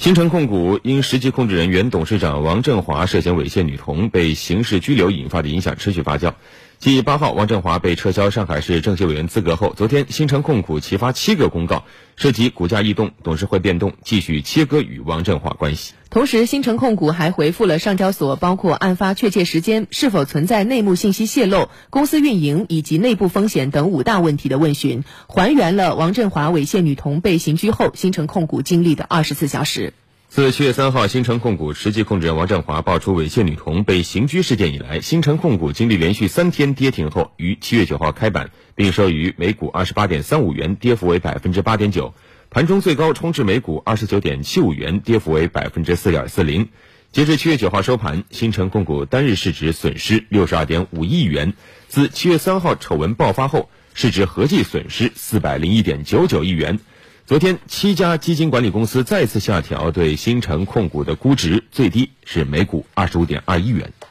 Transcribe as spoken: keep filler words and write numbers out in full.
新城控股因实际控制人原董事长王振华涉嫌猥亵女童被刑事拘留引发的影响持续发酵。继八号王振华被撤销上海市政协委员资格后，昨天新城控股齐发七个公告，涉及股价异动、董事会变动，继续切割与王振华关系。 同时，新城控股还回复了上交所包括案发确切时间、是否存在内幕信息泄露、公司运营以及内部风险等五大问题的问询，还原了王振华猥亵女童被刑拘后新城控股经历的二十四小时。 自七月三号新城控股实际控制人王振华爆出猥亵女童被刑拘事件以来，新城控股经历连续三天跌停后，于七月九号开板，并收于每股二十八点三五元，跌幅为百分之八点九，盘中最高冲至每股二十九点七五元，跌幅为百分之四点四零。截至七月九号收盘，新城控股单日市值损失六十二点五亿元。自七月三号丑闻爆发后，市值合计损失四百零一点九九亿元。昨天，七家基金管理公司再次下调对新城控股的估值，最低是每股二十五点二一元。